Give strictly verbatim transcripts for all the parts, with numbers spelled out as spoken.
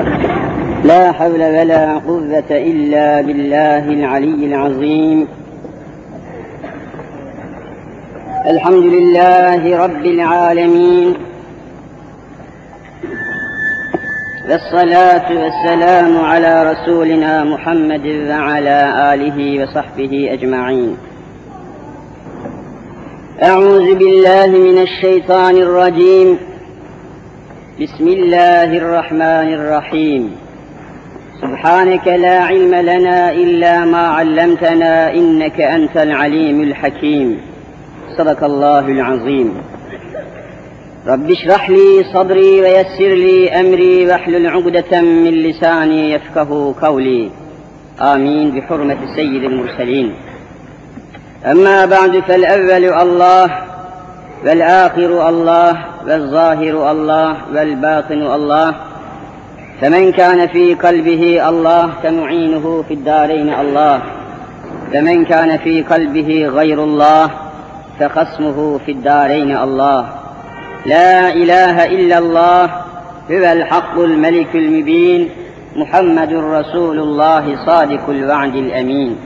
لا حول ولا قوة إلا بالله العلي العظيم. الحمد لله رب العالمين، والصلاة والسلام على رسولنا محمد وعلى آله وصحبه أجمعين. أعوذ بالله من الشيطان الرجيم. بسم الله الرحمن الرحيم. سبحانك لا علم لنا إلا ما علمتنا إنك أنت العليم الحكيم. صدق الله العظيم. رب اشرح لي صدري ويسر لي أمري واحلل عقدة من لساني يفقه قولي. آمين بحرمة سيد المرسلين. أما بعد، فالأول الله والآخر الله والظاهر الله والباطن الله، فمن كان في قلبه الله فمعينه في الدارين الله، فمن كان في قلبه غير الله فخصمه في الدارين الله. لا إله إلا الله هو الحق الملك المبين، محمد رسول الله صادق الوعد الأمين.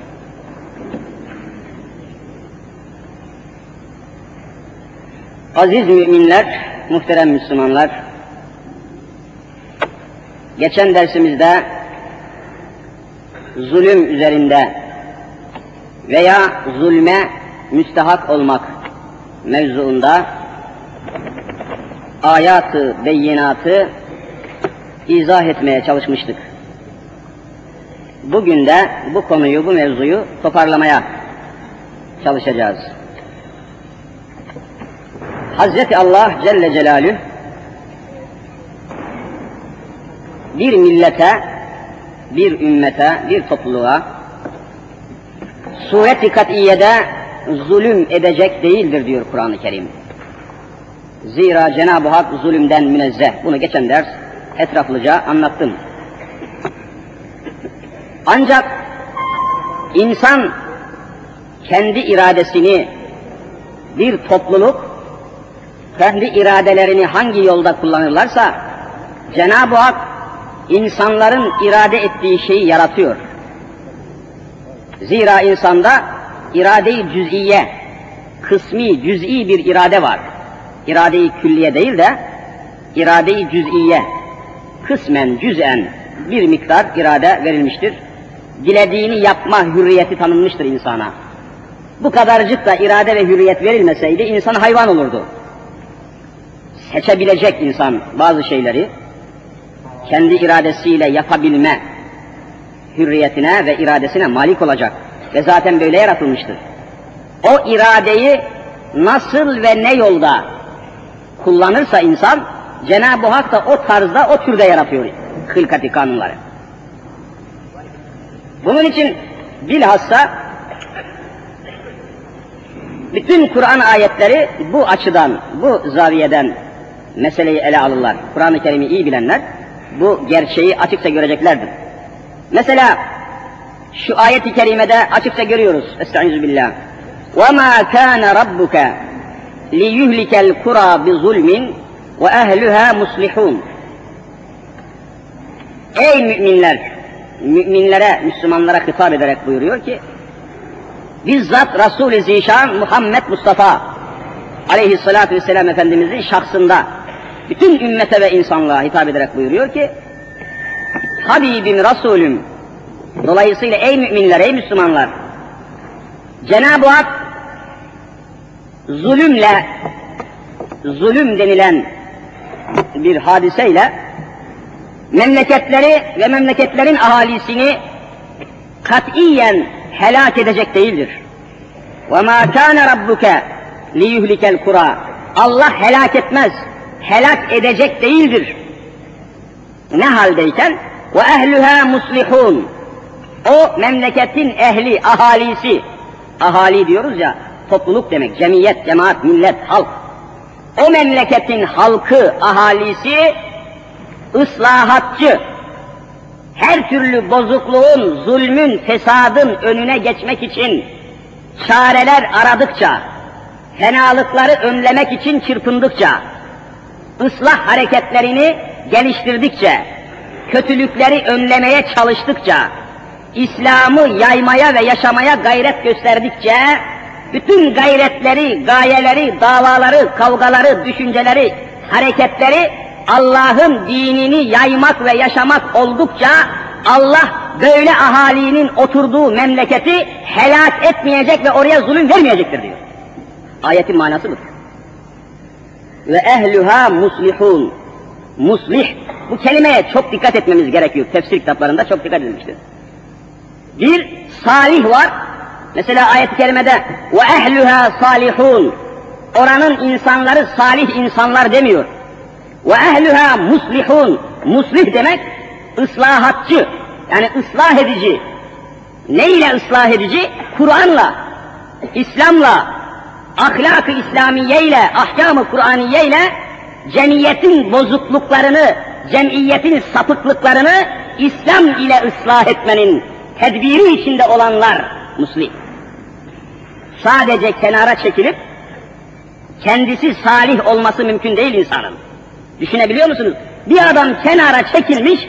Aziz müminler, muhterem Müslümanlar, geçen dersimizde zulüm üzerinde veya zulme müstehak olmak mevzuunda ayat-ı beyinatı izah etmeye çalışmıştık. Bugün de bu konuyu, bu mevzuyu toparlamaya çalışacağız. Hazreti Allah Celle Celaluhu bir millete, bir ümmete, bir topluluğa suret-i kat'iyede zulüm edecek değildir diyor Kur'an-ı Kerim. Zira Cenab-ı Hak zulümden münezzeh. Bunu geçen ders etraflıca anlattım. Ancak insan kendi iradesini, bir topluluk kendi iradelerini hangi yolda kullanırlarsa Cenab-ı Hak insanların irade ettiği şeyi yaratıyor. Zira insanda irade-i cüz'iye, kısmi, cüz'i bir irade var. İrade-i külliye değil de irade-i cüz'iye, kısmen, cüz'en bir miktar irade verilmiştir. Dilediğini yapma hürriyeti tanınmıştır insana. Bu kadarcık da irade ve hürriyet verilmeseydi insan hayvan olurdu. Seçebilecek insan bazı şeyleri, kendi iradesiyle yapabilme hürriyetine ve iradesine malik olacak. Ve zaten böyle yaratılmıştır. O iradeyi nasıl ve ne yolda kullanırsa insan, Cenab-ı Hak da o tarzda, o türde yaratıyor hılkati kanunları. Bunun için bilhassa bütün Kur'an ayetleri bu açıdan, bu zaviyeden meseleyi ele alırlar. Kur'an-ı Kerim'i iyi bilenler bu gerçeği açıkça göreceklerdir. Mesela şu ayet-i kerimede açıkça görüyoruz. Estaizu billah. وَمَا كَانَ رَبُّكَ لِيُهْلِكَ الْقُرَى بِظُلْمٍ وَأَهْلُهَا مُصْلِحُونَ. Ey müminler! Müminlere, Müslümanlara hitap ederek buyuruyor ki, bizzat Resul-i Zişan Muhammed Mustafa aleyhissalatu vesselam Efendimizin şahsında bütün ümmete ve insanlığa hitap ederek buyuruyor ki, Habibim, Resulüm, dolayısıyla ey müminler, ey Müslümanlar, Cenab-ı Hak zulümle, zulüm denilen bir hadiseyle memleketleri ve memleketlerin ahalisini katiyen helak edecek değildir. وَمَا كَانَ رَبُّكَ لِيُهْلِكَ الْقُرَى. Allah helak etmez, helak edecek değildir. Ne haldeyken? وَاَهْلُهَا مُصْلِحُونَ. O memleketin ehli, ahalisi, ahali diyoruz ya, topluluk demek, cemiyet, cemaat, millet, halk. O memleketin halkı, ahalisi, ıslahatçı, her türlü bozukluğun, zulmün, fesadın önüne geçmek için çareler aradıkça, fenalıkları önlemek için çırpındıkça, ıslah hareketlerini geliştirdikçe, kötülükleri önlemeye çalıştıkça, İslam'ı yaymaya ve yaşamaya gayret gösterdikçe, bütün gayretleri, gayeleri, davaları, kavgaları, düşünceleri, hareketleri Allah'ın dinini yaymak ve yaşamak oldukça, Allah böyle ahalinin oturduğu memleketi helak etmeyecek ve oraya zulüm vermeyecektir diyor. Ayetin manası budur. Ve ehlüha muslihun. Muslih. Bu kelimeye çok dikkat etmemiz gerekiyor. Tefsir kitaplarında çok dikkat edilmiştir. Bir, salih var. Mesela ayet-i kerimede ve ehlüha salihun. Oranın insanları salih insanlar demiyor. Ve ehlüha muslihun. Muslih demek ıslahatçı. Yani ıslah edici. Ne ile ıslah edici? Kur'an'la, İslam'la, ahlak-ı İslamiye ile, ahkam-ı Kur'aniye ile cemiyetin bozukluklarını, cemiyetin sapıklıklarını İslam ile ıslah etmenin tedbiri içinde olanlar muslih. Sadece kenara çekilip kendisi salih olması mümkün değil insanın. Düşünebiliyor musunuz? Bir adam kenara çekilmiş,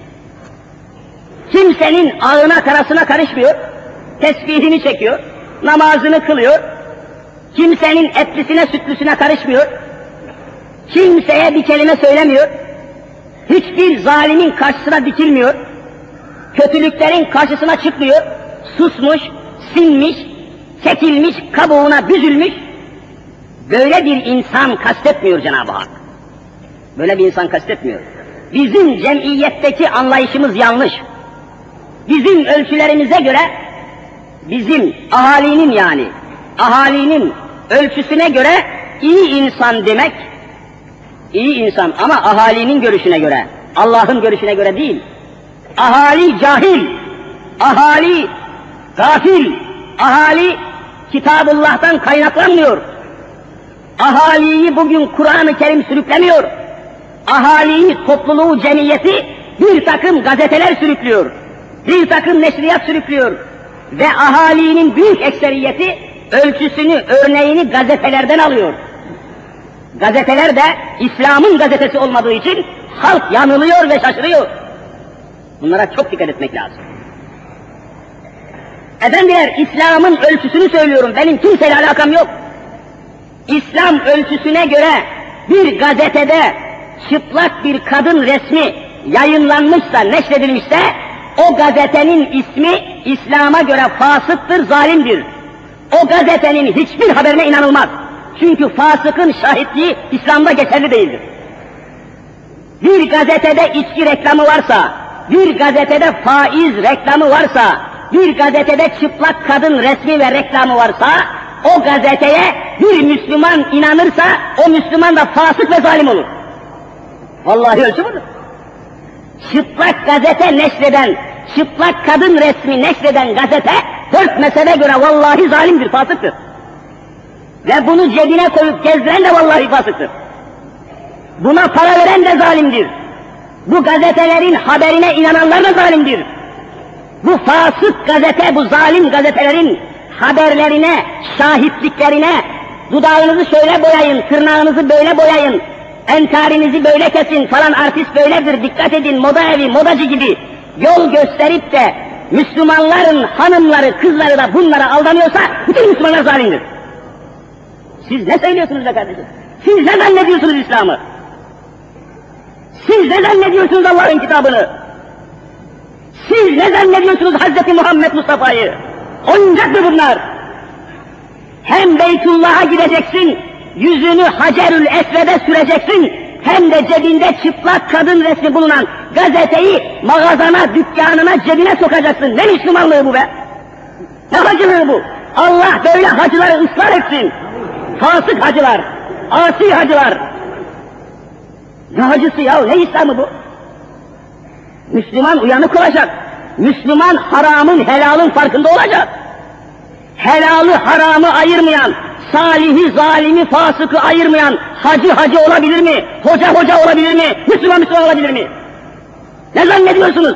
kimsenin ağına karasına karışmıyor, tesbihini çekiyor, namazını kılıyor, kimsenin etlisine sütlüsüne karışmıyor, kimseye bir kelime söylemiyor, hiçbir zalimin karşısına dikilmiyor, kötülüklerin karşısına çıkmıyor, susmuş, sinmiş, çekilmiş, kabuğuna büzülmüş, böyle bir insan kastetmiyor Cenab-ı Hak. Böyle bir insan kastetmiyor. Bizim cemiyetteki anlayışımız yanlış. Bizim ölçülerimize göre, bizim ahalinin yani, ahalinin ölçüsüne göre iyi insan demek, iyi insan ama ahalinin görüşüne göre, Allah'ın görüşüne göre değil. Ahali cahil, ahali gafil, ahali Kitabullah'tan kaynaklanmıyor. Ahaliyi bugün Kur'an-ı Kerim sürüklemiyor. Ahaliyi, topluluğu, cemiyeti bir takım gazeteler sürüklüyor. Bir takım neşriyat sürüklüyor. Ve ahalinin büyük ekseriyeti ölçüsünü, örneğini gazetelerden alıyor. Gazeteler de İslam'ın gazetesi olmadığı için halk yanılıyor ve şaşırıyor. Bunlara çok dikkat etmek lazım. Efendiler, İslam'ın ölçüsünü söylüyorum, benim kimseyle alakam yok. İslam ölçüsüne göre bir gazetede çıplak bir kadın resmi yayınlanmışsa, neşredilmişse, o gazetenin ismi İslam'a göre fasıktır, zalimdir. O gazetenin hiçbir haberine inanılmaz. Çünkü fasıkın şahitliği İslam'da geçerli değildir. Bir gazetede içki reklamı varsa, bir gazetede faiz reklamı varsa, bir gazetede çıplak kadın resmi ve reklamı varsa, o gazeteye bir Müslüman inanırsa, o Müslüman da fasık ve zalim olur. Vallahi ölçü budur. Çıplak gazete neşreden, çıplak kadın resmi neşreden gazete, dört mezhebe göre vallahi zalimdir, fasıktır. Ve bunu cebine koyup gezdiren de vallahi fasıktır. Buna para veren de zalimdir. Bu gazetelerin haberine inananlar da zalimdir. Bu fasık gazete, bu zalim gazetelerin haberlerine, şahitliklerine, dudağınızı şöyle boyayın, tırnağınızı böyle boyayın, entarinizi böyle kesin, falan artist böyledir, dikkat edin, moda evi, modacı gibi yol gösterip de Müslümanların hanımları, kızları da bunlara aldanıyorsa, bütün Müslümanlar zalimdir. Siz ne söylüyorsunuz be kardeşim? Siz ne zannediyorsunuz İslam'ı? Siz ne zannediyorsunuz Allah'ın kitabını? Siz ne zannediyorsunuz Hazreti Muhammed Mustafa'yı? Oyuncak mı bunlar? Hem Beytullah'a gideceksin, yüzünü Hacerül Esved'e süreceksin, hem de cebinde çıplak kadın resmi bulunan gazeteyi mağazana, dükkanına, cebine sokacaksın. Ne Müslümanlığı bu be? Ne hacılığı bu? Allah böyle hacıları ısrar etsin. Fasık hacılar, asi hacılar. Ne hacısı ya, ne İslam'ı bu? Müslüman uyanık olacak. Müslüman haramın, helalın farkında olacak. Helalı, haramı ayırmayan, salihi, zalimi, fasıkı ayırmayan hacı hacı olabilir mi? Hoca hoca olabilir mi? Müslüman Müslüman olabilir mi? Ne zannediyorsunuz?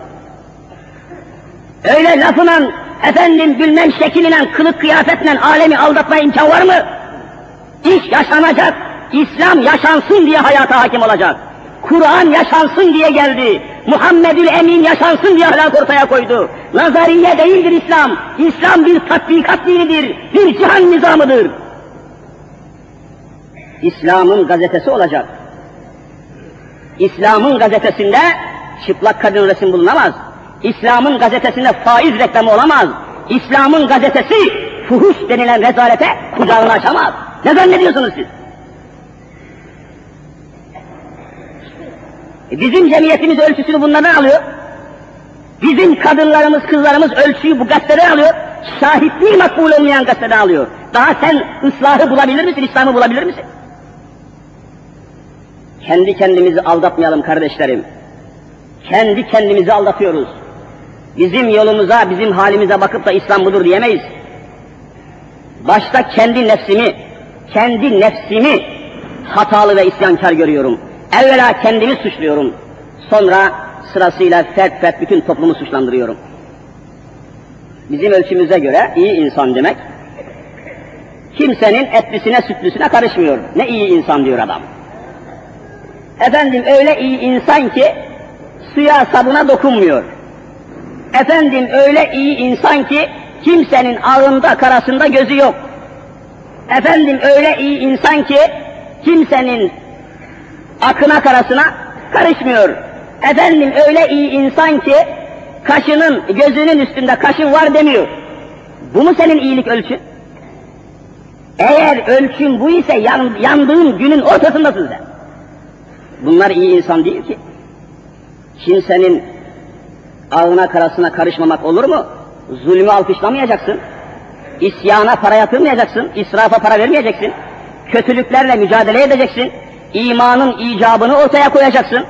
Öyle lafıyla, efendim bilmem şekliyle, kılık kıyafetle alemi aldatmaya imkan var mı? İş yaşanacak, İslam yaşansın diye hayata hakim olacak. Kur'an yaşansın diye geldi. Muhammedül Emin yaşansın diye ahlak ortaya koydu. Nazariye değildir İslam. İslam bir tatbikat dinidir, bir cihan nizamıdır. İslam'ın gazetesi olacak. İslam'ın gazetesinde çıplak kadın resim bulunamaz. İslam'ın gazetesinde faiz reklamı olamaz. İslam'ın gazetesi fuhuş denilen rezalete kucağını açamaz. Ne zannediyorsunuz siz? Bizim cemiyetimiz ölçüsünü bunlardan alıyor. Bizim kadınlarımız, kızlarımız ölçüyü bu gazeteden alıyor. Şahitliği makbul olmayan gazeteden alıyor. Daha sen ıslahı bulabilir misin, İslam'ı bulabilir misin? Kendi kendimizi aldatmayalım kardeşlerim. Kendi kendimizi aldatıyoruz. Bizim yolumuza, bizim halimize bakıp da İslam budur diyemeyiz. Başta kendi nefsimi, kendi nefsimi hatalı ve isyankar görüyorum. Evvela kendimi suçluyorum. Sonra sırasıyla fert fert bütün toplumu suçlandırıyorum. Bizim ölçümüze göre iyi insan demek, kimsenin etlisine sütlüsüne karışmıyor. Ne iyi insan diyor adam. Efendim öyle iyi insan ki suya sabuna dokunmuyor. Efendim öyle iyi insan ki kimsenin ağında karasında gözü yok. Efendim öyle iyi insan ki kimsenin akına karasına karışmıyor. Efendim öyle iyi insan ki kaşının, gözünün üstünde kaşın var demiyor. Bu mu senin iyilik ölçün? Eğer ölçün bu ise yan, yandığın günün ortasındasın sen. Bunlar iyi insan değil ki. Kimsenin ağına karasına karışmamak olur mu? Zulmü alkışlamayacaksın. İsyana para yatırmayacaksın. İsrafa para vermeyeceksin. Kötülüklerle mücadele edeceksin. İmanın icabını ortaya koyacaksın.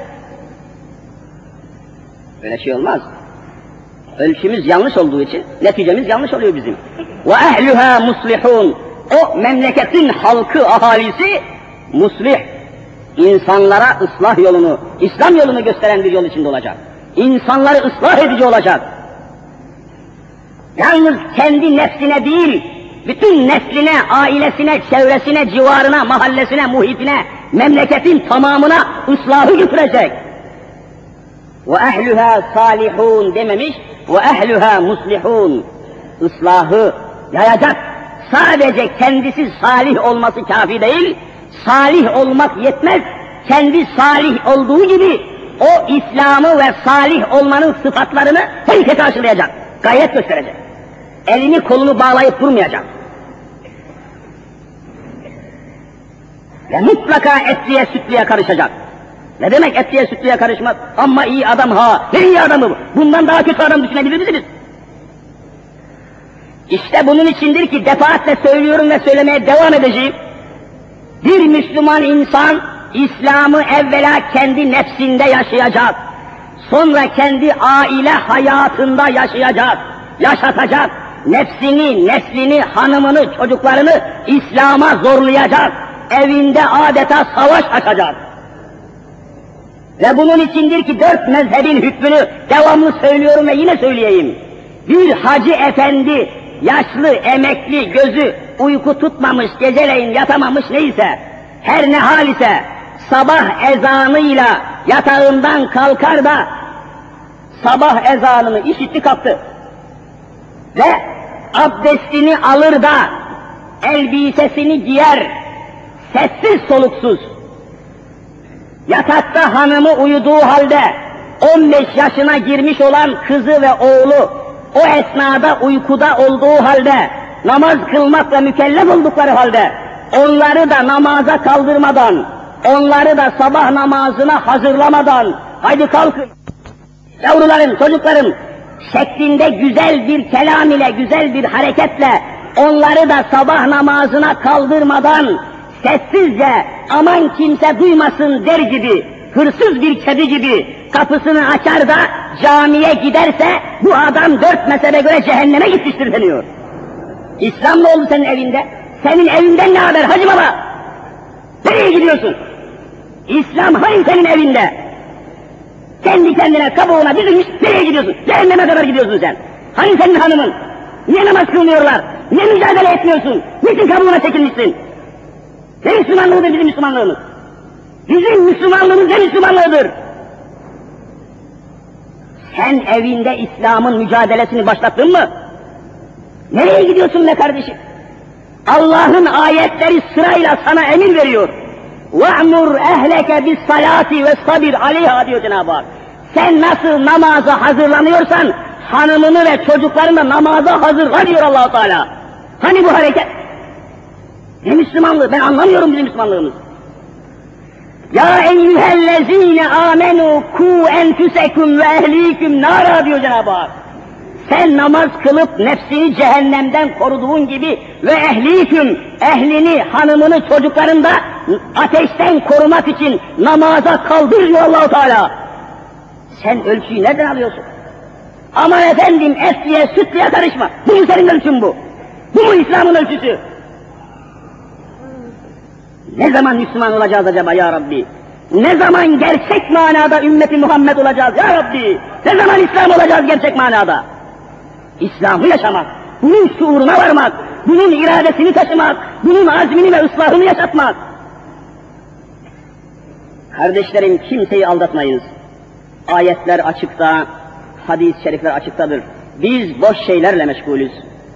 Böyle şey olmaz. Ölçümüz yanlış olduğu için neticemiz yanlış oluyor bizim. Ve ehluha muslihun. O memleketin halkı, ahalisi muslih. İnsanlara ıslah yolunu, İslam yolunu gösteren bir yol içinde olacak. İnsanları ıslah edici olacak. Yalnız kendi nefsine değil, bütün nesline, ailesine, çevresine, civarına, mahallesine, muhitine, memleketin tamamına ıslahı götürecek. Ve ehluha salihun dememiş, ve ehluha muslihun. Islahı yayacak. Sadece kendisi salih olması kafi değil, salih olmak yetmez. Kendi salih olduğu gibi o İslam'ı ve salih olmanın sıfatlarını herkese karşılayacak, gayret gösterecek. Elini kolunu bağlayıp durmayacak. Ve mutlaka etliye sütlüye karışacak. Ne demek etliye sütlüye karışmak? Ama iyi adam ha, ne iyi adamı bu? Bundan daha kötü adam düşünebilir misiniz? İşte bunun içindir ki defaatle söylüyorum ve söylemeye devam edeceğim. Bir Müslüman insan İslam'ı evvela kendi nefsinde yaşayacak. Sonra kendi aile hayatında yaşayacak, yaşatacak. Nefsini, neslini, hanımını, çocuklarını İslam'a zorlayacak. Evinde adeta savaş açacak. Ve bunun içindir ki dört mezhebin hükmünü devamlı söylüyorum ve yine söyleyeyim. Bir hacı efendi, yaşlı, emekli, gözü uyku tutmamış, geceleyin yatamamış neyse, her ne hal ise sabah ezanıyla yatağından kalkar da sabah ezanını işitti kalktı ve abdestini alır da elbisesini giyer, sessiz soluksuz, yatakta hanımı uyuduğu halde on beş yaşına girmiş olan kızı ve oğlu o esnada uykuda olduğu halde, namaz kılmakla mükellef oldukları halde, onları da namaza kaldırmadan, onları da sabah namazına hazırlamadan, haydi kalkın, yavrularım, çocuklarım, şeklinde güzel bir kelam ile, güzel bir hareketle, onları da sabah namazına kaldırmadan, sessizce, aman kimse duymasın der gibi, hırsız bir kedi gibi kapısını açar da camiye giderse, bu adam dört mezhebe göre cehenneme gitmiştir deniyor. İslam mı oldu senin evinde? Senin evinden ne haber hacı baba? Nereye gidiyorsun? İslam hani senin evinde? Kendi kendine kabuğuna dizilmiş, nereye gidiyorsun? Cehenneme kadar gidiyorsun sen. Hani senin hanımın? Niye namaz kılmıyorlar? Niye mücadele etmiyorsun? Niçin kabuğuna çekilmişsin? Ne Müslümanlığıdır bizim Müslümanlığımız? Bizim Müslümanlığımız ne Müslümanlığıdır? Sen evinde İslam'ın mücadelesini başlattın mı? Nereye gidiyorsun be kardeşim? Allah'ın ayetleri sırayla sana emir veriyor. وَعْمُرْ اَهْلَكَ بِالصَّلَاتِ وَالصَّبِرْ عَلَيْهَا diyor Cenab-ı Hak. Sen nasıl namaza hazırlanıyorsan, hanımını ve çocuklarını da namaza hazırla diyor Allah-u Teala. Hani bu hareket? Ne Müslümanlığı? Ben anlamıyorum bizim Müslümanlığımızı. Ya eyyühellezine amenu ku enfusekum ve ehlikum nara diyor Cenab-ı Hak. Sen namaz kılıp nefsini cehennemden koruduğun gibi ve ehliküm, ehlini, hanımını, çocuklarını da ateşten korumak için namaza kaldır diyor Allah-u Teala. Sen ölçüyü nereden alıyorsun? Aman efendim etliye sütlüye karışma. Bu mu senin ölçün bu? Bu mu İslam'ın ölçüsü? Ne zaman Müslüman olacağız acaba ya Rabbi? Ne zaman gerçek manada ümmeti Muhammed olacağız ya Rabbi? Ne zaman İslam olacağız gerçek manada? İslam'ı yaşamak, bunun şuuruna varmak, bunun iradesini taşımak, bunun azmini ve ıslahını yaşatmak. Kardeşlerim, kimseyi aldatmayınız. Ayetler açıkta, hadis-i şerifler açıktadır. Biz boş şeylerle meşgulüz.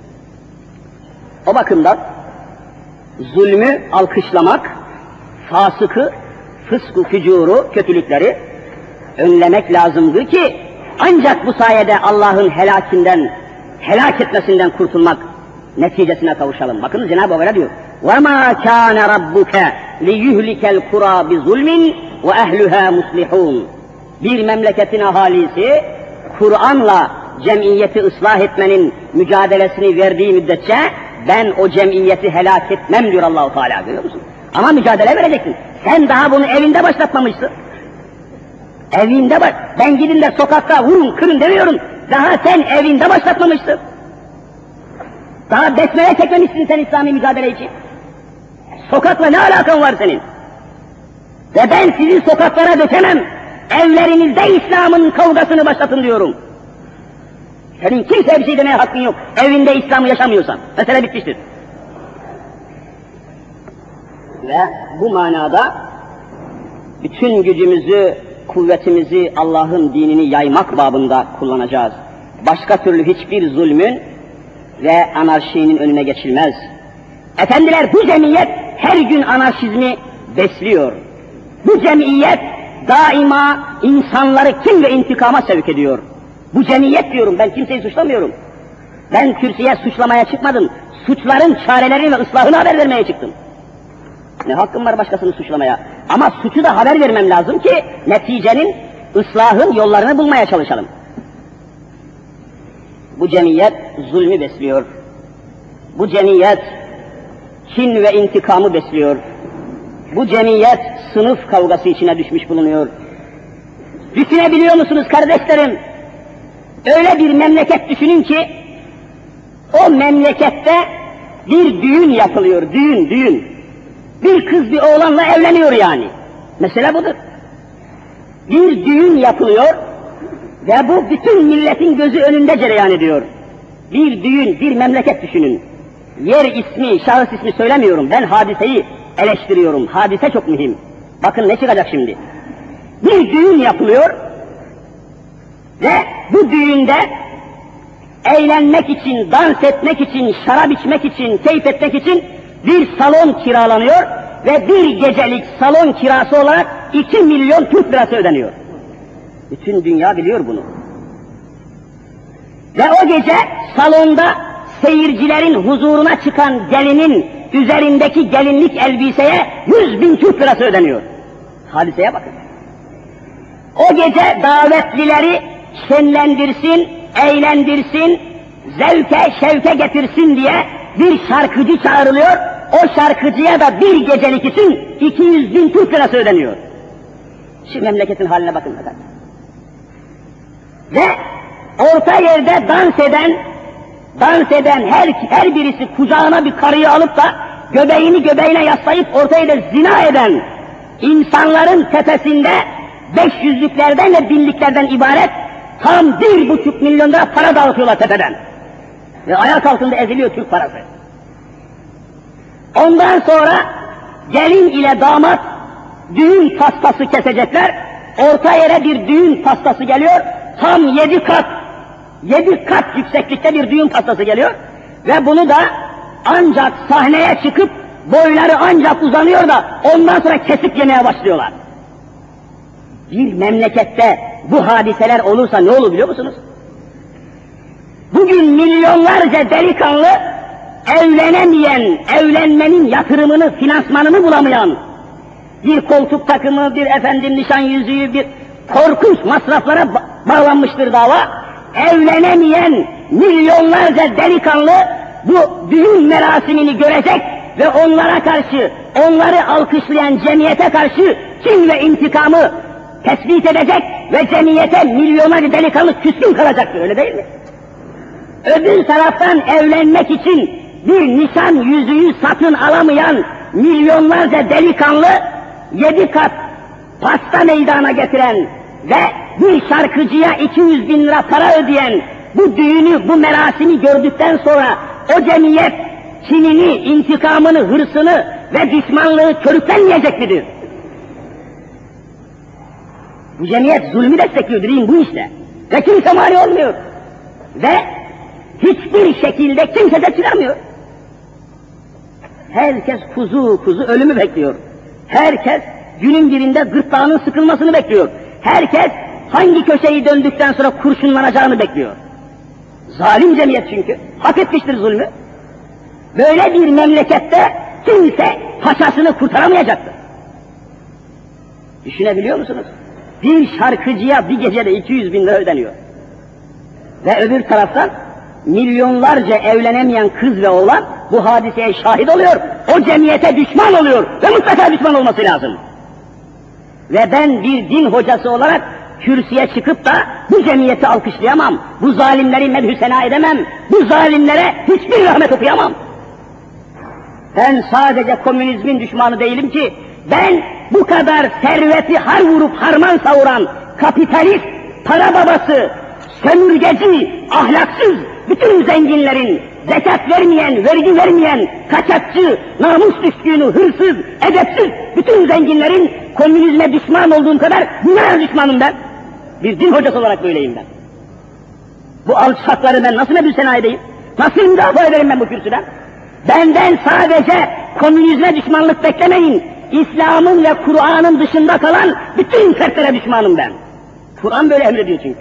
O bakımdan zulmü alkışlamak, fasıkı, fıskı, fücuru, kötülükleri önlemek lazımdır ki ancak bu sayede Allah'ın helakinden, helak etmesinden kurtulmak neticesine kavuşalım. Bakın Cenab-ı Hak diyor: وَمَا كَانَ رَبُّكَ لِيُهْلِكَ الْقُرَى بِظُلْمٍ وَأَهْلُهَا مُصْلِحُونَ. Bir memleketin ahalisi Kur'an'la cemiyeti ıslah etmenin mücadelesini verdiği müddetçe ben o cemiyeti helak etmem diyor Allah-u Teala, görüyor musun? Ama mücadele vereceksin. Sen daha bunu evinde başlatmamışsın. Evinde bak, ben gidin de sokakta vurun, kırın demiyorum. Daha sen evinde başlatmamışsın. Daha besmele çekmemişsin sen İslami mücadele için. Sokakla ne alakan var senin? Ve ben sizi sokaklara dökemem. Evlerinizde İslam'ın kavgasını başlatın diyorum. Senin kimseye bir şey demeye hakkın yok. Evinde İslam'ı yaşamıyorsan. Mesele bitmiştir. Ve bu manada bütün gücümüzü, kuvvetimizi Allah'ın dinini yaymak babında kullanacağız. Başka türlü hiçbir zulmün ve anarşinin önüne geçilmez. Efendiler, bu cemiyet her gün anarşizmi besliyor. Bu cemiyet daima insanları kin ve intikama sevk ediyor. Bu cemiyet diyorum, ben kimseyi suçlamıyorum. Ben kürsüye suçlamaya çıkmadım. Suçların çarelerini ve ıslahını haber vermeye çıktım. Ne hakkım var başkasını suçlamaya? Ama suçu da haber vermem lazım ki neticenin, ıslahın yollarını bulmaya çalışalım. Bu cemiyet zulmü besliyor. Bu cemiyet kin ve intikamı besliyor. Bu cemiyet sınıf kavgası içine düşmüş bulunuyor. Düşünebiliyor musunuz kardeşlerim? Öyle bir memleket düşünün ki o memlekette bir düğün yapılıyor, düğün, düğün. Bir kız bir oğlanla evleniyor yani. Mesele budur. Bir düğün yapılıyor ve bu bütün milletin gözü önünde cereyan ediyor. Bir düğün, bir memleket düşünün. Yer ismi, şahıs ismi söylemiyorum. Ben hadiseyi eleştiriyorum. Hadise çok mühim. Bakın ne çıkacak şimdi. Bir düğün yapılıyor ve bu düğünde eğlenmek için, dans etmek için, şarap içmek için, keyif etmek için bir salon kiralanıyor ve bir gecelik salon kirası olarak iki milyon Türk lirası ödeniyor. Bütün dünya biliyor bunu. Ve o gece salonda seyircilerin huzuruna çıkan gelinin üzerindeki gelinlik elbiseye yüz bin Türk lirası ödeniyor. Hadiseye bakın. O gece davetlileri şenlendirsin, eğlendirsin, zevke, şevke getirsin diye bir şarkıcı çağrılıyor. O şarkıcıya da bir gecelik için iki yüz bin Türk lirası ödeniyor. Şu memleketin haline bakın efendim. Ve orta yerde dans eden, dans eden her, her birisi kucağına bir karıyı alıp da göbeğini göbeğine yaslayıp orta yerde zina eden insanların tepesinde beş yüzlüklerden ve binliklerden ibaret tam bir buçuk milyon lira para dağıtıyorlar tepeden. Ve ayak altında eziliyor Türk parası. Ondan sonra gelin ile damat düğün pastası kesecekler. Orta yere bir düğün pastası geliyor. Tam yedi kat, yedi kat yükseklikte bir düğün pastası geliyor. Ve bunu da ancak sahneye çıkıp boyları ancak uzanıyor da ondan sonra kesip yemeye başlıyorlar. Bir memlekette bu hadiseler olursa ne olur biliyor musunuz? Bugün milyonlarca delikanlı evlenemeyen, evlenmenin yatırımını, finansmanını bulamayan, bir koltuk takımı, bir efendim nişan yüzüğü, bir korkunç masraflara ba- bağlanmıştır dava. Evlenemeyen milyonlarca delikanlı bu düğün merasimini görecek ve onlara karşı, onları alkışlayan cemiyete karşı kin ve intikamı tespit edecek ve cemiyete milyonlarca delikanlı küskün kalacaktır, öyle değil mi? Öbür taraftan evlenmek için bir nişan yüzüğü satın alamayan milyonlarca delikanlı yedi kat pasta meydana getiren ve bir şarkıcıya iki yüz bin lira para ödeyen bu düğünü, bu merasimi gördükten sonra o cemiyet kinini, intikamını, hırsını ve düşmanlığı körüklenmeyecek midir? Bu cemiyet zulmü destekliyor diyeyim bu işte. Ve kimse mani olmuyor. Ve hiçbir şekilde kimse de çıkarmıyor. Herkes kuzu kuzu ölümü bekliyor. Herkes günün birinde gırtlağının sıkılmasını bekliyor. Herkes hangi köşeyi döndükten sonra kurşunlanacağını bekliyor. Zalim cemiyet çünkü. Hak etmiştir zulmü. Böyle bir memlekette kimse paçasını kurtaramayacaktır. Düşünebiliyor musunuz? Bir şarkıcıya bir gecede iki yüz bin lira ödeniyor. Ve öbür taraftan milyonlarca evlenemeyen kız ve oğlan bu hadiseye şahit oluyor. O cemiyete düşman oluyor ve mutlaka düşman olması lazım. Ve ben bir din hocası olarak kürsüye çıkıp da bu cemiyeti alkışlayamam. Bu zalimleri medhü sena edemem. Bu zalimlere hiçbir rahmet okuyamam. Ben sadece komünizmin düşmanı değilim ki, ben bu kadar serveti har vurup harman savuran kapitalist, para babası, sömürgeci, ahlaksız bütün zenginlerin, zekat vermeyen, vergi vermeyen, kaçakçı, namus düşkünü, hırsız, edepsiz bütün zenginlerin komünizme düşman olduğum kadar bunlara düşmanım ben. Bir din hocası olarak böyleyim ben. Bu alçakları ben nasıl medüsena edeyim? Nasıl müdafaa ederim ben bu kürsüden? Benden sadece komünizme düşmanlık beklemeyin. İslam'ın ve Kur'an'ın dışında kalan bütün fertlere düşmanım ben. Kur'an böyle emrediyor çünkü.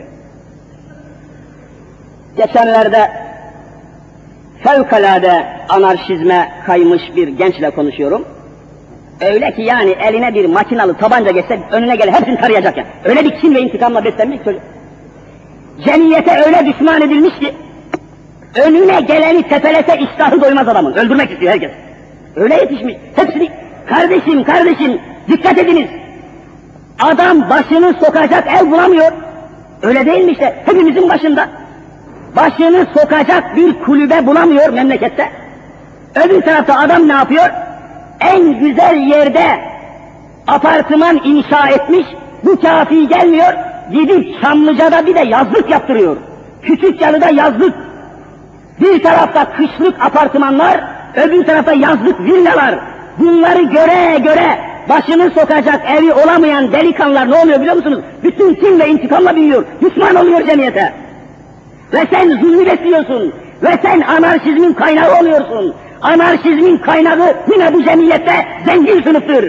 Geçenlerde fevkalade anarşizme kaymış bir gençle konuşuyorum. Öyle ki yani eline bir makinalı tabanca geçse önüne gele hepsini tarayacak ya. Öyle bir kin ve intikamla beslenmiş çocuk. Cemiyete öyle düşman edilmiş ki önüne geleni tepelese iştahı doymaz adamın. Öldürmek istiyor herkes. Öyle yetişmiş. Hepsini kardeşim kardeşim dikkat ediniz. Adam başını sokacak el bulamıyor. Öyle değil mi işte? Hepimizin başında. Başını sokacak bir kulübe bulamıyor memlekette. Öbür tarafta adam ne yapıyor? En güzel yerde apartman inşa etmiş, bu kafi gelmiyor, gidip Çamlıca'da bir de yazlık yaptırıyor. Küçükyalı'da yazlık. Bir tarafta kışlık apartmanlar, öbür tarafta yazlık villalar. Bunları göre göre başını sokacak evi olamayan delikanlılar ne oluyor biliyor musunuz? Bütün kin ve intikamla büyüyor, düşman oluyor cemiyete. Ve sen zulmü besliyorsun. Ve sen anarşizmin kaynağı oluyorsun. Anarşizmin kaynağı yine bu cemiyette zengin sınıftır.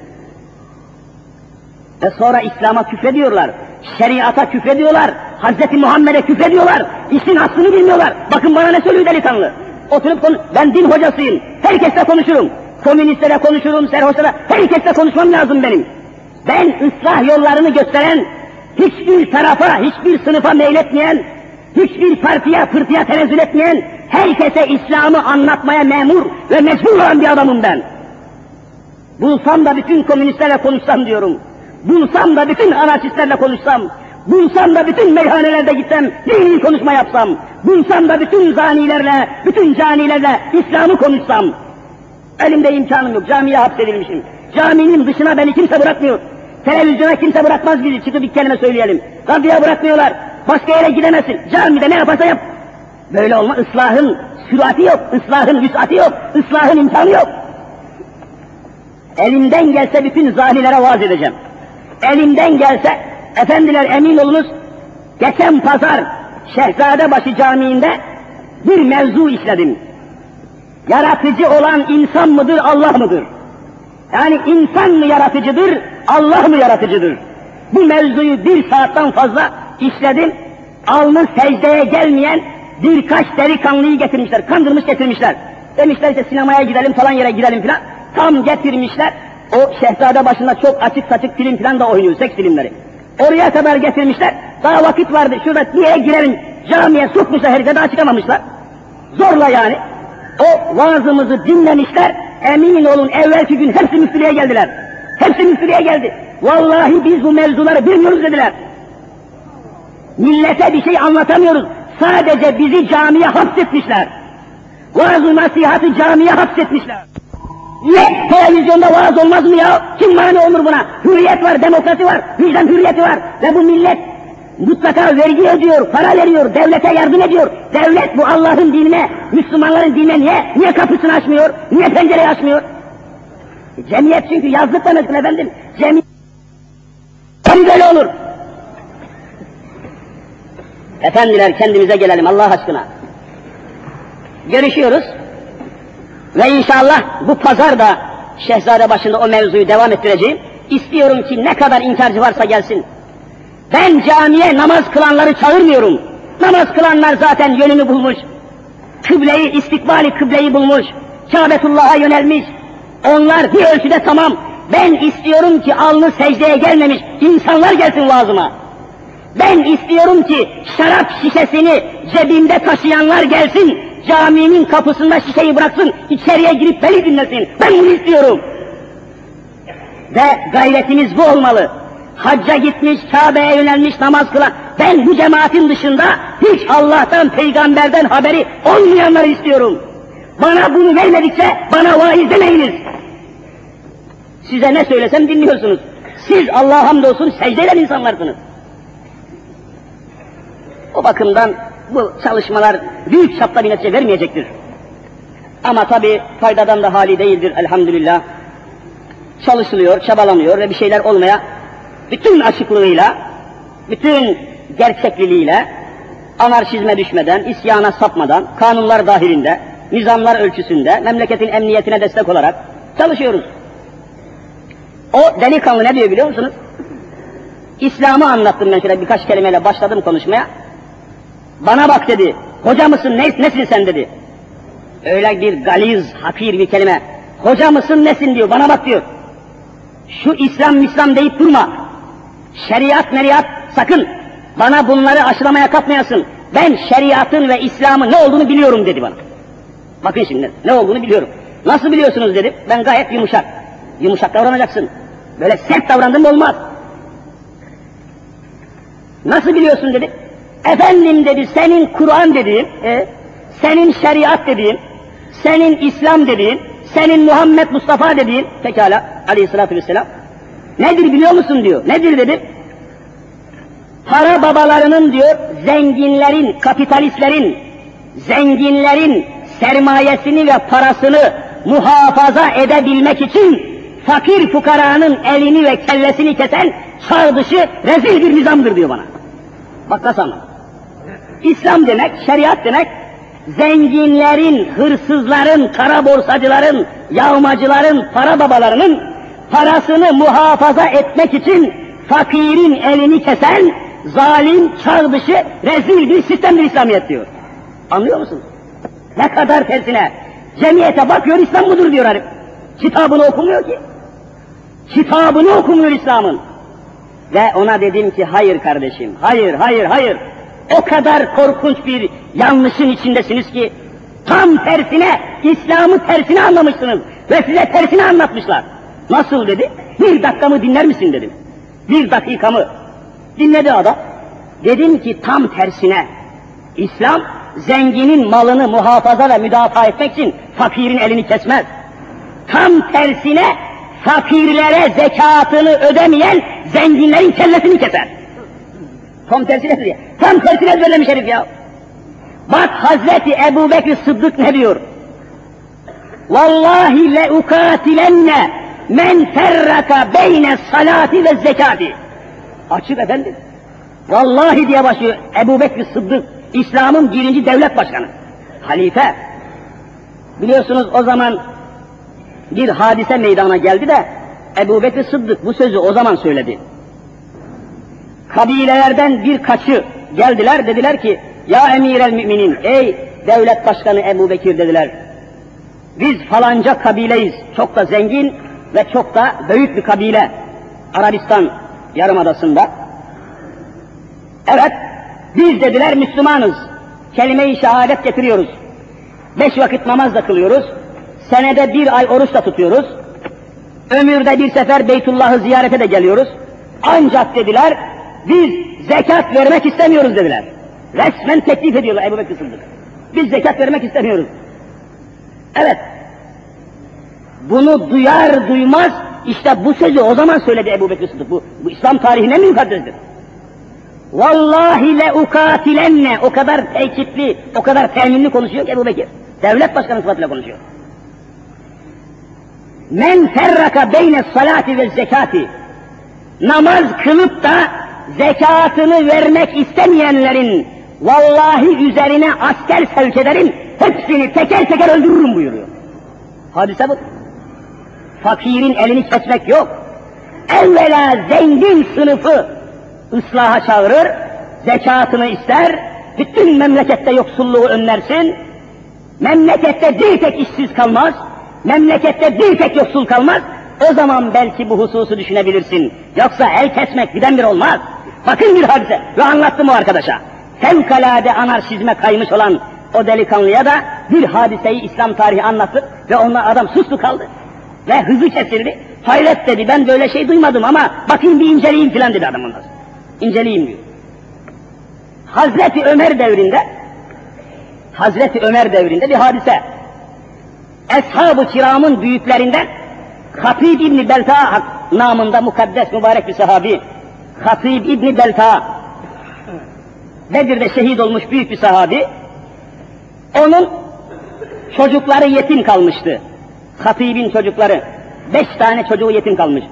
Ve sonra İslam'a küfrediyorlar. Şeriata küfrediyorlar. Hazreti Muhammed'e küfrediyorlar. İşin aslını bilmiyorlar. Bakın bana ne söylüyor delikanlı. Oturup konu, ben din hocasıyım. Herkesle konuşurum. Komünistlere konuşurum, serhoşlara. Herkesle konuşmam lazım benim. Ben ıslah yollarını gösteren, hiçbir tarafa, hiçbir sınıfa meyletmeyen, hiçbir partiye, pırtıya tenezzül etmeyen, herkese İslam'ı anlatmaya memur ve mecbur olan bir adamım ben. Bulsam da bütün komünistlerle konuşsam diyorum. Bulsam da bütün anarşistlerle konuşsam. Bulsam da bütün meyhanelerde gitsem, dini konuşma yapsam. Bulsam da bütün zanilerle, bütün canilerle İslam'ı konuşsam. Elimde imkanım yok, camiye hapsedilmişim. Caminin dışına beni kimse bırakmıyor. Televizyona kimse bırakmaz bizi, çıkıp bir kelime söyleyelim. Radyoya bırakmıyorlar. Başka yere gidemezsin. Camide ne yaparsa yap. Böyle olma, ıslahın sürati yok, ıslahın vüsati yok, ıslahın imkanı yok. Elimden gelse bütün zahilere vaaz edeceğim. Elimden gelse, efendiler emin olunuz, geçen pazar Şehzadebaşı Camii'nde bir mevzu işledim. Yaratıcı olan insan mıdır, Allah mıdır? Yani insan mı yaratıcıdır, Allah mı yaratıcıdır? Bu mevzuyu bir saatten fazla işledim. Alnı secdeye gelmeyen birkaç delikanlıyı getirmişler, kandırmış getirmişler. Demişler işte sinemaya gidelim falan yere gidelim filan. Tam getirmişler. O Şehzadebaşı'nda çok açık saçık film filan da oynuyor, seks filmleri. Oraya kadar getirmişler. Daha vakit vardı, şurada niye girelim, camiye sokmuşlar, herife daha çıkamamışlar. Zorla yani. O vaazımızı dinlemişler, emin olun evvelki gün hepsi müftülüğe geldiler. Hepsi müftülüğe geldi. Vallahi biz bu mevzuları bilmiyoruz dediler. Millete bir şey anlatamıyoruz. Sadece bizi camiye hapsetmişler. Vaaz-ı nasihatı camiye hapsetmişler. Niye? Televizyonda vaaz olmaz mı ya? Kim mani olur buna? Hürriyet var, demokrasi var, vicdan hürriyeti var. Ve bu millet mutlaka vergi ödüyor, para veriyor, devlete yardım ediyor. Devlet bu Allah'ın dinine, Müslümanların dinine niye? Niye kapısını açmıyor? Niye pencereyi açmıyor? Cemiyet çünkü yazlıkla meşgul efendim. Cemiyet böyle olur. Efendiler kendimize gelelim Allah aşkına. Görüşüyoruz. Ve inşallah bu pazar da Şehzadebaşı'nda o mevzuyu devam ettireceğim. İstiyorum ki ne kadar inkarcı varsa gelsin. Ben camiye namaz kılanları çağırmıyorum. Namaz kılanlar zaten yönünü bulmuş. Kıbleyi, istikbali kıbleyi bulmuş. Kâbetullah'a yönelmiş. Onlar bir ölçüde tamam. Ben istiyorum ki alnı secdeye gelmemiş insanlar gelsin vaazıma. Ben istiyorum ki şarap şişesini cebinde taşıyanlar gelsin. Caminin kapısında şişeyi bıraksın, içeriye girip beni dinlesin. Ben bunu istiyorum. Ve gayretimiz bu olmalı. Hacca gitmiş, Kabe'ye yönelmiş, namaz kılan. Ben bu cemaatin dışında hiç Allah'tan, peygamberden haberi olmayanları istiyorum. Bana bunu vermedikçe bana vaiz demeyiniz. Size ne söylesem dinliyorsunuz. Siz Allah'a hamdolsun secde eden insanlarsınız. O bakımdan bu çalışmalar büyük çapta bir netice vermeyecektir. Ama tabii faydadan da hali değildir elhamdülillah. Çalışılıyor, çabalanıyor ve bir şeyler olmaya bütün açıklığıyla, bütün gerçekliliğiyle, anarşizme düşmeden, isyana sapmadan, kanunlar dahilinde, nizamlar ölçüsünde, memleketin emniyetine destek olarak çalışıyoruz. O delikanlı ne diyor biliyor musunuz? İslam'ı anlattım ben şöyle birkaç kelimeyle başladım konuşmaya. Bana bak dedi, hoca mısın, ne, nesin sen dedi. Öyle bir galiz, hakir bir kelime. Hoca mısın, nesin diyor, bana bak diyor. Şu İslam, İslam deyip durma. Şeriat, meriat, sakın. Bana bunları aşılamaya kalkmayasın. Ben şeriatın ve İslam'ın ne olduğunu biliyorum dedi bana. Bakın şimdi, ne olduğunu biliyorum. Nasıl biliyorsunuz dedim, ben gayet yumuşak. Yumuşak davranacaksın. Böyle sert davrandın mı olmaz. Nasıl biliyorsun dedi. Efendim dedi, senin Kur'an dediğin, e, senin şeriat dediğin, senin İslam dediğin, senin Muhammed Mustafa dediğin, pekala aleyhissalatü vesselam, nedir biliyor musun diyor, nedir dedi. Para babalarının diyor, zenginlerin, kapitalistlerin, zenginlerin sermayesini ve parasını muhafaza edebilmek için fakir fukaranın elini ve kellesini kesen çağ dışı rezil bir nizamdır diyor bana. Bak nasıl anladın? İslam demek, şeriat demek, zenginlerin, hırsızların, kara borsacıların, yağmacıların, para babalarının parasını muhafaza etmek için fakirin elini kesen, zalim, çağ dışı, rezil bir sistemdir İslamiyet diyor. Anlıyor musunuz? Ne kadar tersine. Cemiyete bakıyor, İslam budur diyor herif. Kitabını okumuyor ki. Kitabını okumuyor İslam'ın. Ve ona dedim ki hayır kardeşim, hayır, hayır, hayır. O kadar korkunç bir yanlışın içindesiniz ki tam tersine, İslam'ı tersine anlamışsınız ve size tersine anlatmışlar. Nasıl dedi? Bir dakikamı dinler misin dedim. Bir dakikamı. Dinledi adam. Dedim ki tam tersine. İslam zenginin malını muhafaza ve müdafaa etmek için fakirin elini kesmez. Tam tersine fakirlere zekatını ödemeyen zenginlerin kellesini keser. Tam tersine diyor. Tam tersine söylemiş herif ya. Bak Hazreti Ebu Bekir Sıddık ne diyor? Vallahi le ukatilenne men ferraka beyne salati ve zekati. Açık efendim. Vallahi diye başlıyor Ebu Bekir Sıddık, İslam'ın birinci devlet başkanı, halife. Biliyorsunuz o zaman bir hadise meydana geldi de Ebu Bekir Sıddık bu sözü o zaman söyledi. Kabilelerden birkaçı geldiler, dediler ki ya emirel müminin, ey devlet başkanı Ebu Bekir dediler. Biz falanca kabileyiz, çok da zengin ve çok da büyük bir kabile Arabistan Yarımadası'nda. Evet, biz dediler Müslümanız, kelime-i şehadet getiriyoruz, beş vakit namaz da kılıyoruz, senede bir ay oruç da tutuyoruz, ömürde bir sefer Beytullah'ı ziyarete de geliyoruz. Ancak dediler, biz zekat vermek istemiyoruz dediler. Resmen teklif ediyorlar Ebu Bekir Sıddık. Biz zekat vermek istemiyoruz. Evet, bunu duyar duymaz, işte bu sözü o zaman söyledi Ebu Bekir Sıddık. Bu, bu İslam tarihine mi mukaddestir? Vallahi le ukatilenne, o kadar tekitli, o kadar teminli konuşuyor ki Ebu Bekir. Devlet başkanı sıfatıyla konuşuyor. Men ferraka beyne salati ve zekati, namaz kılıp da zekatını vermek istemeyenlerin vallahi üzerine asker sevk ederim, hepsini teker teker öldürürüm buyuruyor. Hadise bu. Fakirin elini kesmek yok. Evvela zengin sınıfı ıslaha çağırır, zekatını ister, bütün memlekette yoksulluğu önlersin, memlekette bir tek işsiz kalmaz, memlekette bir tek yoksul kalmaz, o zaman belki bu hususu düşünebilirsin. Yoksa el kesmek birdenbire olmaz. Bakın bir hadise, ve anlattım o arkadaşa. Fevkalade anarşizme kaymış olan o delikanlıya da bir hadiseyi İslam tarihi anlattı ve onunla adam sustu kaldı. Ve hızı kesildi. Hayret dedi, ben böyle şey duymadım ama bakayım bir inceleyeyim filan dedi adam ondan. İnceleyeyim diyor. Hazreti Ömer devrinde, Hazreti Ömer devrinde bir hadise. Eshab-ı kiramın büyüklerinden Hatib İbni Belta namında mukaddes mübarek bir sahabi, Hatib İbni Belta, Bedir'de şehit olmuş büyük bir sahabi, onun çocukları yetim kalmıştı. Hatib'in çocukları, beş tane çocuğu yetim kalmış.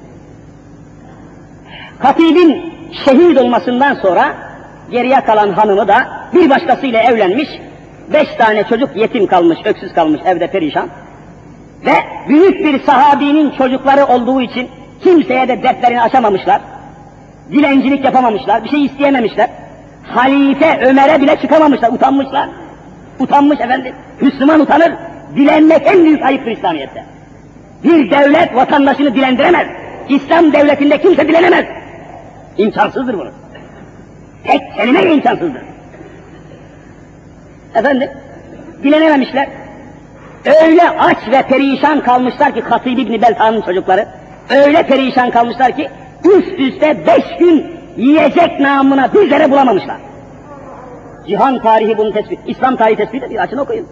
Hatib'in şehit olmasından sonra geriye kalan hanımı da bir başkasıyla evlenmiş, beş tane çocuk yetim kalmış, öksüz kalmış, evde perişan. Ve büyük bir sahabinin çocukları olduğu için kimseye de dertlerini aşamamışlar, dilencilik yapamamışlar, bir şey isteyememişler. Halife Ömer'e bile çıkamamışlar, utanmışlar. Utanmış efendim, Müslüman utanır, dilenmek en büyük ayıptır İslamiyet'te. Bir devlet vatandaşını dilendiremez, İslam devletinde kimse dilenemez. İmkansızdır bunu. Tek kelimeyle imkansızdır. Efendim, dilenememişler. Öyle aç ve perişan kalmışlar ki Hatib İbni Belta'nın çocukları, öyle perişan kalmışlar ki üst üste beş gün yiyecek namına bir zerre bulamamışlar. Cihan tarihi bunu tespit, İslam tarihi tespit ediyor, açın okuyun.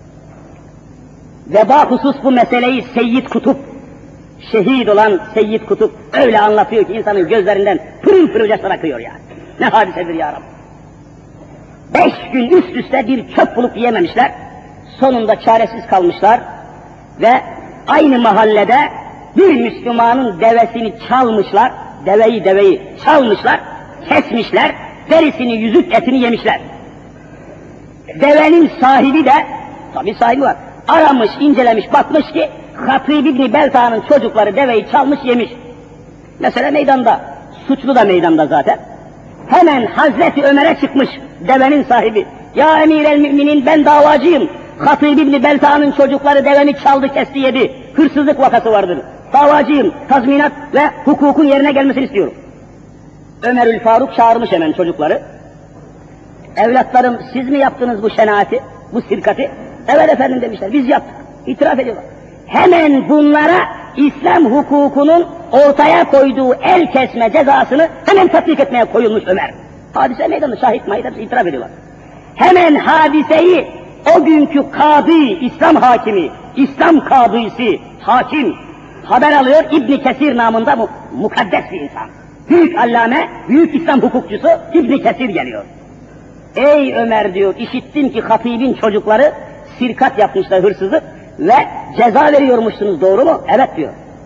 Ve bahusus bu meseleyi Seyyid Kutup, şehit olan Seyyid Kutup öyle anlatıyor ki insanın gözlerinden pırıl pırıl yaşlar akıyor yani. Ne hadisedir ya Rabbi. Beş gün üst üste bir çöp bulup yiyememişler, sonunda çaresiz kalmışlar ve aynı mahallede bir Müslümanın devesini çalmışlar, deveyi deveyi çalmışlar, kesmişler, derisini, yüzük, etini yemişler. Devenin sahibi de, tabi sahibi var, aramış, incelemiş, bakmış ki Hatib İbni Belta'nın çocukları deveyi çalmış, yemiş. Mesela meydanda, suçlu da meydanda zaten. Hemen Hazreti Ömer'e çıkmış devenin sahibi. Ya emirel müminin, ben davacıyım. Hatib İbni Belta'nın çocukları devemi çaldı, kesti, yedi. Hırsızlık vakası vardır. Davacıyım, tazminat ve hukukun yerine gelmesini istiyorum. Ömerül Faruk çağırmış hemen çocukları. Evlatlarım, siz mi yaptınız bu şenaati, bu sirkati? Evet efendim demişler, biz yaptık. İtiraf ediyorlar. Hemen bunlara İslam hukukunun ortaya koyduğu el kesme cezasını hemen tatbik etmeye koyulmuş Ömer. Hadise meydanı, şahit mahit hepsi itiraf ediyorlar. Hemen hadiseyi o günkü kadı, İslam hakimi, İslam kadısı, hakim haber alıyor. İbn Kesir namında mu, mukaddes bir insan. Büyük allame, büyük İslam hukukçusu İbn Kesir geliyor. Ey Ömer diyor, işittim ki Hatib'in çocukları sirkat yapmışlar, hırsızlık ve ceza veriyormuşsunuz, doğru mu? Evet diyor.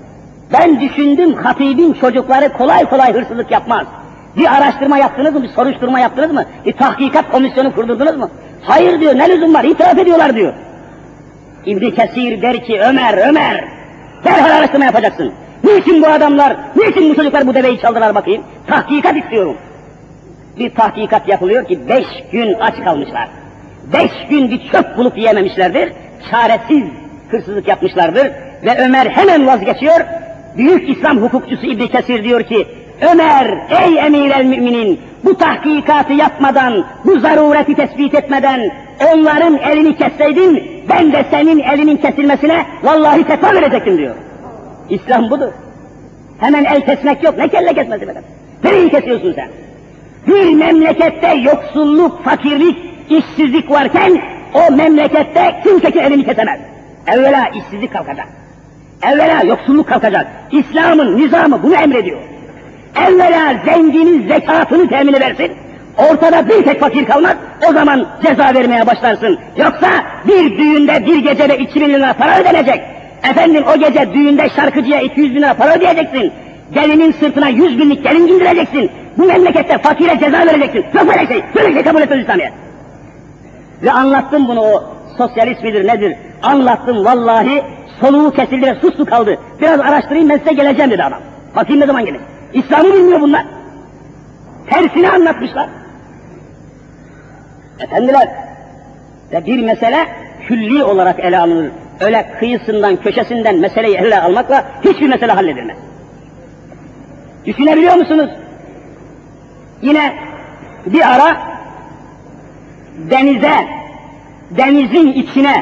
Ben düşündüm, hatibin çocukları kolay kolay hırsızlık yapmaz. Bir araştırma yaptınız mı, bir soruşturma yaptınız mı, bir tahkikat komisyonu kurdurdunuz mu? Hayır diyor, ne lüzum var, itiraf ediyorlar diyor. İbn Kesir der ki, Ömer, Ömer, derhal araştırma yapacaksın. Niçin bu adamlar, niçin bu çocuklar bu deveyi çaldılar bakayım? Tahkikat istiyorum. Bir tahkikat yapılıyor ki beş gün aç kalmışlar. Beş gün bir çöp bulup yiyememişlerdir, çaresiz hırsızlık yapmışlardır ve Ömer hemen vazgeçiyor. Büyük İslam hukukçusu İbn Kesir diyor ki, Ömer, ey emir el müminin, bu tahkikatı yapmadan, bu zarureti tespit etmeden onların elini kesseydin, ben de senin elinin kesilmesine vallahi fetva verecektim diyor. İslam budur. Hemen el kesmek yok, ne kelle kesmesi be? Nereyi kesiyorsun sen? Bir memlekette yoksulluk, fakirlik, işsizlik varken o memlekette kimse ki elini kesemez. Evvela işsizlik kalkacak. Evvela yoksulluk kalkacak. İslam'ın nizamı bunu emrediyor. Evvela zenginin zekatını temin edersin. Ortada bir tek fakir kalmaz, o zaman ceza vermeye başlarsın. Yoksa bir düğünde bir gecede iki bin lira para ödenecek. Efendim o gece düğünde şarkıcıya iki yüz bin lira para ödeyeceksin. Gelinin sırtına yüz binlik gelin indireceksin. Bu memlekette fakire ceza vereceksin. Yok böyle şey, böyle şey kabul etmez İslamiyet. Ve anlattım bunu, o sosyalist midir nedir? Anlattım vallahi, soluğu kesildi ve sustu kaldı. Biraz araştırayım ben size geleceğim dedi adam. Bakayım ne zaman gelir. İslam'ı bilmiyor bunlar. Tersini anlatmışlar. Efendiler, ve bir mesele külli olarak ele alınır. Öyle kıyısından, köşesinden meseleyi ele almakla hiçbir mesele halledilmez. Düşünebiliyor musunuz? Yine bir ara denize, denizin içine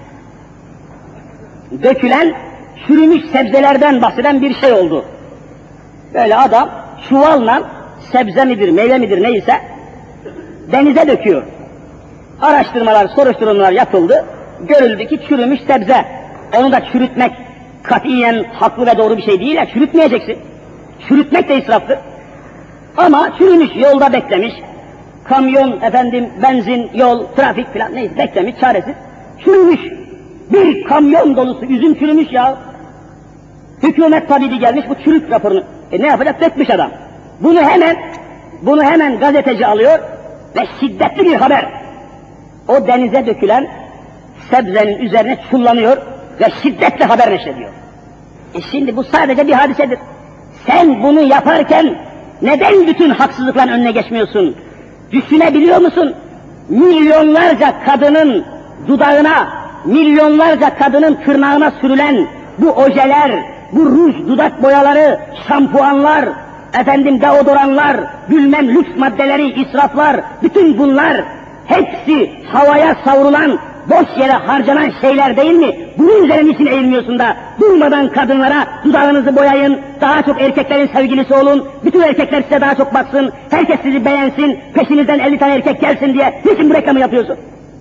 dökülen çürümüş sebzelerden bahseden bir şey oldu. Böyle adam çuvalla sebze midir, meyve midir neyse denize döküyor. Araştırmalar, soruşturmalar yapıldı. Görüldü ki çürümüş sebze. Onu da çürütmek katiyen haklı ve doğru bir şey değil ya, çürütmeyeceksin. Çürütmek de israftır. Ama çürümüş, yolda beklemiş. Kamyon, efendim, benzin, yol, trafik filan neyse beklemiş, çaresiz. Çürümüş. Bir kamyon dolusu üzüm çürümüş ya. Hükümet tabidi gelmiş bu çürük raporunu. E ne yapacak? Dökmüş adam. Bunu hemen, bunu hemen gazeteci alıyor ve şiddetli bir haber. O denize dökülen sebzenin üzerine çullanıyor ve şiddetli haber neşrediyor. E şimdi bu sadece bir hadisedir. Sen bunu yaparken neden bütün haksızlıkların önüne geçmiyorsun? Düşünebiliyor musun? Milyonlarca kadının dudağına, milyonlarca kadının tırnağına sürülen bu ojeler, bu ruj dudak boyaları, şampuanlar, efendim deodoranlar, bilmem lüks maddeleri, israflar, bütün bunlar hepsi havaya savrulan, boş yere harcanan şeyler değil mi? Bunun üzerine niçin eğilmiyorsun da durmadan kadınlara dudağınızı boyayın, daha çok erkeklerin sevgilisi olun, bütün erkekler size daha çok baksın, herkes sizi beğensin, peşinizden elli tane erkek gelsin diye niçin bu reklamı yapıyorsun?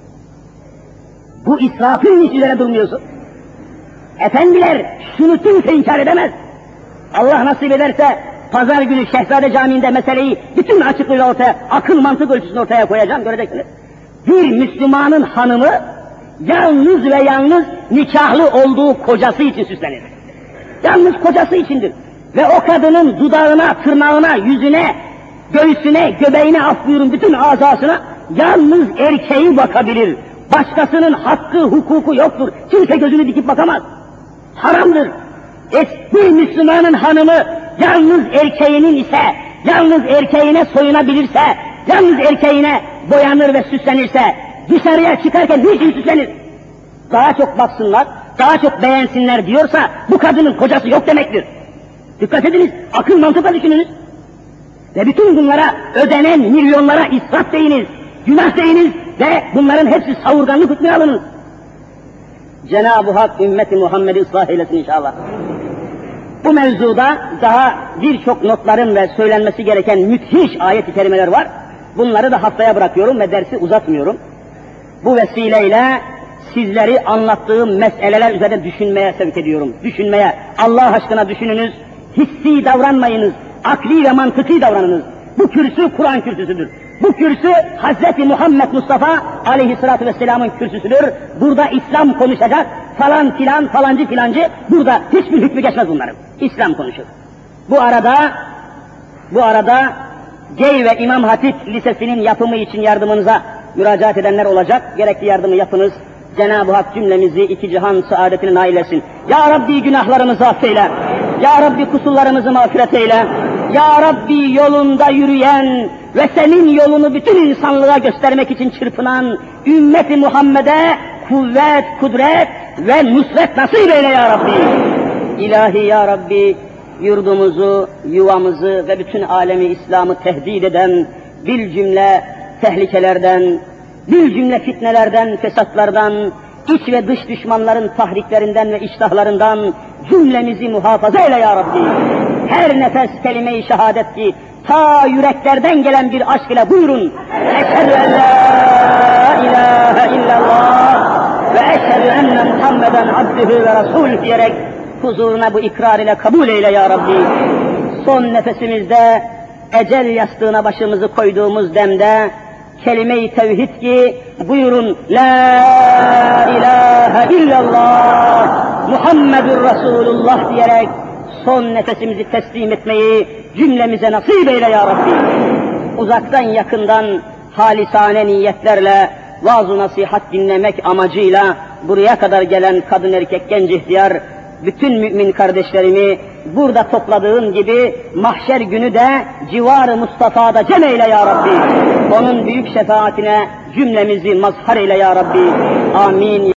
Bu israfın niçin üzerine durmuyorsun? Efendiler, şunu kimse inkar edemez. Allah nasip ederse pazar günü Şehzade Camii'nde meseleyi bütün açıklığıyla ortaya, akıl mantık ölçüsünü ortaya koyacağım, göreceksiniz. Bir Müslümanın hanımı yalnız ve yalnız nikahlı olduğu kocası için süslenir. Yalnız kocası içindir. Ve o kadının dudağına, tırnağına, yüzüne, göğsüne, göbeğine, af buyurun bütün azasına yalnız erkeği bakabilir. Başkasının hakkı, hukuku yoktur. Kimse gözünü dikip bakamaz. Haramdır. E, bir Müslümanın hanımı yalnız erkeğinin ise, yalnız erkeğine soyunabilirse, yalnız erkeğine boyanır ve süslenirse, dışarıya çıkarken niçin süslenir? Daha çok baksınlar, daha çok beğensinler diyorsa, bu kadının kocası yok demektir. Dikkat ediniz, akıl mantıkla düşününüz. Ve bütün bunlara ödenen milyonlara israf deyiniz, günah deyiniz ve bunların hepsi savurganlık hükmüne alınız. Cenab-ı Hak ümmeti Muhammed'i ıslah eylesin inşallah. Bu mevzuda daha birçok notların ve söylenmesi gereken müthiş ayet-i kerimeler var. Bunları da haftaya bırakıyorum ve dersi uzatmıyorum. Bu vesileyle sizleri anlattığım meseleler üzerine düşünmeye sevk ediyorum. Düşünmeye, Allah aşkına düşününüz, hissi davranmayınız, akli ve mantıki davranınız. Bu kürsü Kur'an kürsüsüdür. Bu kürsü Hazreti Muhammed Mustafa aleyhissalatu vesselamın kürsüsüdür. Burada İslam konuşacak, falan filan, falancı filancı, burada hiçbir hükmü geçmez bunların. İslam konuşur. Bu arada, bu arada Geyve İmam Hatip Lisesi'nin yapımı için yardımınıza müracaat edenler olacak. Gerekli yardımı yapınız. Cenab-ı Hak cümlemizi iki cihan saadetine nail etsin. Ya Rabbi günahlarımızı affeyle. Ya Rabbi kusurlarımızı mağfiret eyle. Ya Rabbi yolunda yürüyen ve senin yolunu bütün insanlığa göstermek için çırpınan ümmeti Muhammed'e kuvvet, kudret ve nusret nasip eyle ya Rabbi. İlahi ya Rabbi, yurdumuzu, yuvamızı ve bütün alemi İslam'ı tehdit eden bir cümle tehlikelerden, bir cümle fitnelerden, fesatlardan, iç ve dış düşmanların tahriklerinden ve iştahlarından cümlemizi muhafaza eyle ya Rabbi. Her nefes kelime-i şehadet ki ta yüreklerden gelen bir aşk ile buyurun. Eşhedü en la ilahe illallah ve eşhedü enne Muhammeden abdühü ve rasulü diyerek huzuruna bu ikrar ile kabul eyle ya Rabbi. Son nefesimizde ecel yastığına başımızı koyduğumuz demde kelime-i tevhid ki buyurun la ilahe illallah Muhammedur Resulullah diyerek son nefesimizi teslim etmeyi cümlemize nasip eyle ya Rabbi. Uzaktan yakından halisane niyetlerle vaaz-ı nasihat dinlemek amacıyla buraya kadar gelen kadın erkek genç ihtiyar bütün mümin kardeşlerimi burada topladığın gibi mahşer günü de civar-ı Mustafa'da cem eyle ya Rabbi. Onun büyük şefaatine cümlemizi mazhar eyle ya Rabbi. Amin.